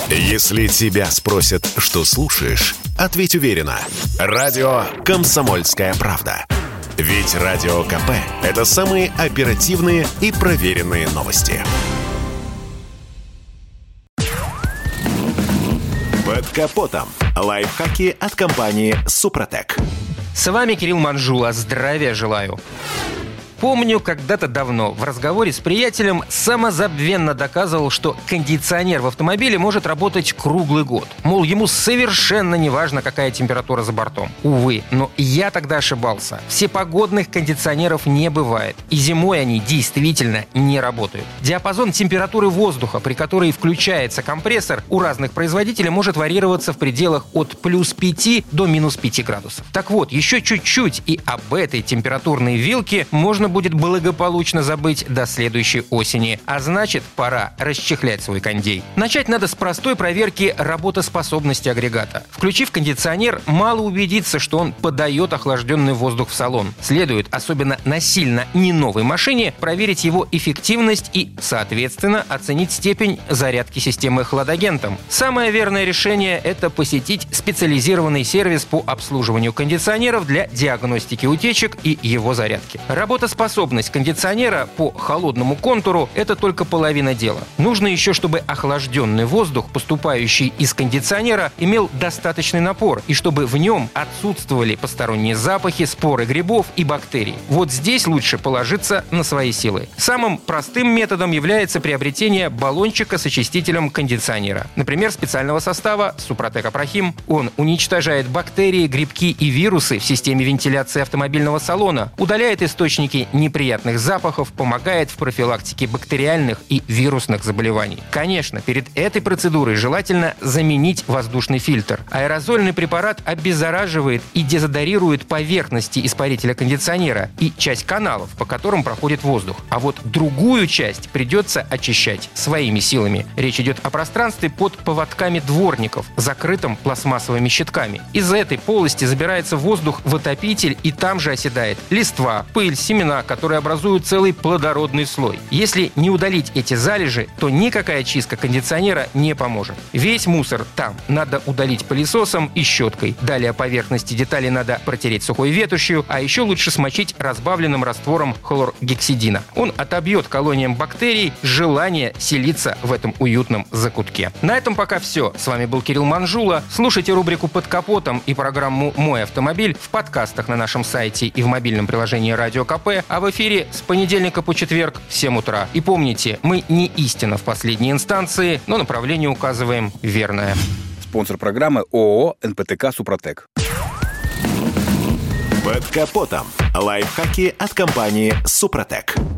Если тебя спросят, что слушаешь, ответь уверенно. Радио «Комсомольская правда». Ведь Радио КП – это самые оперативные и проверенные новости. Под капотом. Лайфхаки от компании «Супротек». С вами Кирилл Манжула. Здравия желаю. Помню, когда-то давно в разговоре с приятелем самозабвенно доказывал, что кондиционер в автомобиле может работать круглый год. Мол, ему совершенно не важно, какая температура за бортом. Увы, но я тогда ошибался. Всепогодных кондиционеров не бывает. И зимой они действительно не работают. Диапазон температуры воздуха, при которой включается компрессор, у разных производителей может варьироваться в пределах от плюс 5 до минус 5 градусов. Так вот, еще чуть-чуть, и об этой температурной вилке можно будет благополучно забыть до следующей осени. А значит, пора расчехлять свой кондей. Начать надо с простой проверки работоспособности агрегата. Включив кондиционер, мало убедиться, что он подает охлажденный воздух в салон. Следует, особенно на сильно не новой машине, проверить его эффективность и, соответственно, оценить степень зарядки системы хладагентом. Самое верное решение – это посетить специализированный сервис по обслуживанию кондиционеров для диагностики утечек и его зарядки. Работоспособность кондиционера по холодному контуру – это только половина дела. Нужно еще, чтобы охлажденный воздух, поступающий из кондиционера, имел достаточный напор, и чтобы в нем отсутствовали посторонние запахи, споры грибов и бактерий. Вот здесь лучше положиться на свои силы. Самым простым методом является приобретение баллончика с очистителем кондиционера. Например, специального состава Супротек Апрахим. Он уничтожает бактерии, грибки и вирусы в системе вентиляции автомобильного салона, удаляет источники неприятных запахов, помогает в профилактике бактериальных и вирусных заболеваний. Конечно, перед этой процедурой желательно заменить воздушный фильтр. Аэрозольный препарат обеззараживает и дезодорирует поверхности испарителя кондиционера и часть каналов, по которым проходит воздух. А вот другую часть придется очищать своими силами. Речь идет о пространстве под поводками дворников, закрытом пластмассовыми щитками. Из этой полости забирается воздух в отопитель, и там же оседает листва, пыль, семена, которые образуют целый плодородный слой. Если не удалить эти залежи, то никакая чистка кондиционера не поможет. Весь мусор там надо удалить пылесосом и щеткой. Далее поверхности деталей надо протереть сухой ветошью, а еще лучше смочить разбавленным раствором хлоргексидина. Он отобьет колониям бактерий желание селиться в этом уютном закутке. На этом пока все. С вами был Кирилл Манжула. Слушайте рубрику «Под капотом» и программу «Мой автомобиль» в подкастах на нашем сайте и в мобильном приложении Радио КП, а в эфире с понедельника по четверг в 7 утра. И помните, мы не истина в последней инстанции, но направление указываем верное. Спонсор программы ООО «НПТК Супротек». Под капотом. Лайфхаки от компании «Супротек».